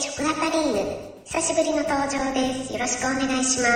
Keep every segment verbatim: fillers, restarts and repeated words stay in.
食あたり犬、久しぶりの登場です。よろしくお願いします。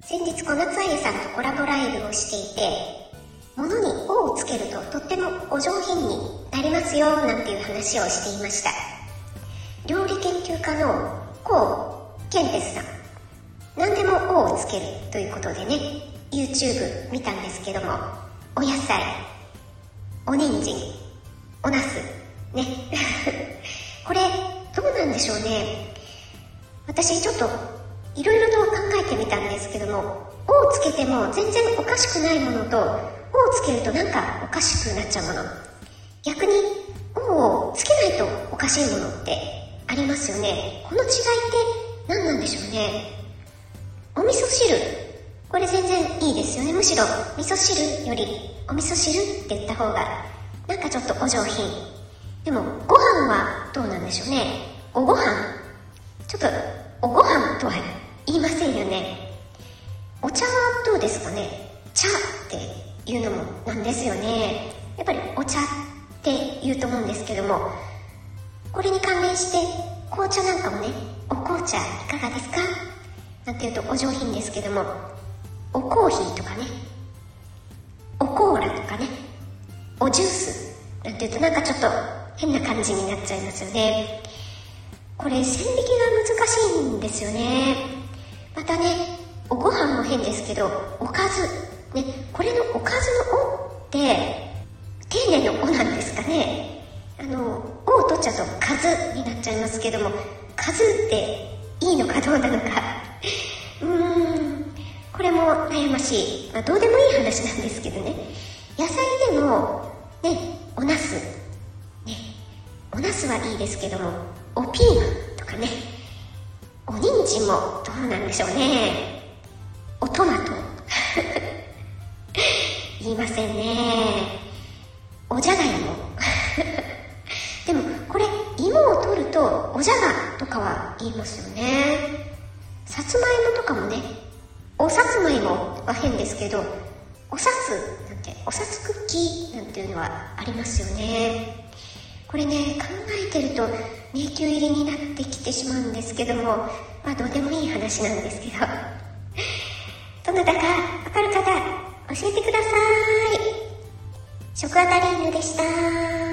先日小夏あゆさんとコラボライブをしていて、物に「お」をつけるととってもお上品になりますよなんていう話をしていました。料理研究家のコウケンテスさん、何でも「お」をつけるということでね、 YouTube 見たんですけども、お野菜、お人参、お茄子ねこれどうなんでしょうね。私ちょっといろいろと考えてみたんですけども、「お」をつけても全然おかしくないものと、「お」をつけるとなんかおかしくなっちゃうもの、逆に「お」をつけないとおかしいものってありますよね。この違いって何なんでしょうね。お味噌汁、これ全然いいですよね。むしろ味噌汁よりお味噌汁って言った方がなんかちょっとお上品。でもご飯はどうなんでしょうね。おご飯、ちょっとおご飯とは言いませんよね。お茶はどうですかね。茶っていうのもなんですよね。やっぱりお茶って言うと思うんですけども、これに関連して紅茶なんかもね、お紅茶いかがですかなんていうとお上品ですけども、おコーヒーとかね、おコーラとかね、おジュースなんていうとなんかちょっと変な感じになっちゃいますよね。これ線引きが難しいんですよね。またね、おご飯も変ですけど、おかずね、これのおかずの「お」って丁寧の「お」なんですかね。あの「お」を取っちゃうと「かず」になっちゃいますけども、かずっていいのかどうなのかうーんこれも悩ましい、まあ、どうでもいい話なんですけどね。野菜でもね、お茄子ね、お茄子はいいですけども、おピーマンとかね、お人参もどうなんでしょうね。おトマト言いませんね。おじゃがいもでもこれ芋を取るとおじゃがとかは言いますよね。さつまいもとかもね、おさつまいもは変ですけど、おさつなんて、おさつクッキーなんていうのはありますよね。これね、考えてると迷宮入りになってきてしまうんですけども、まあどうでもいい話なんですけどどなたかわかる方教えてください。食あたり犬でした。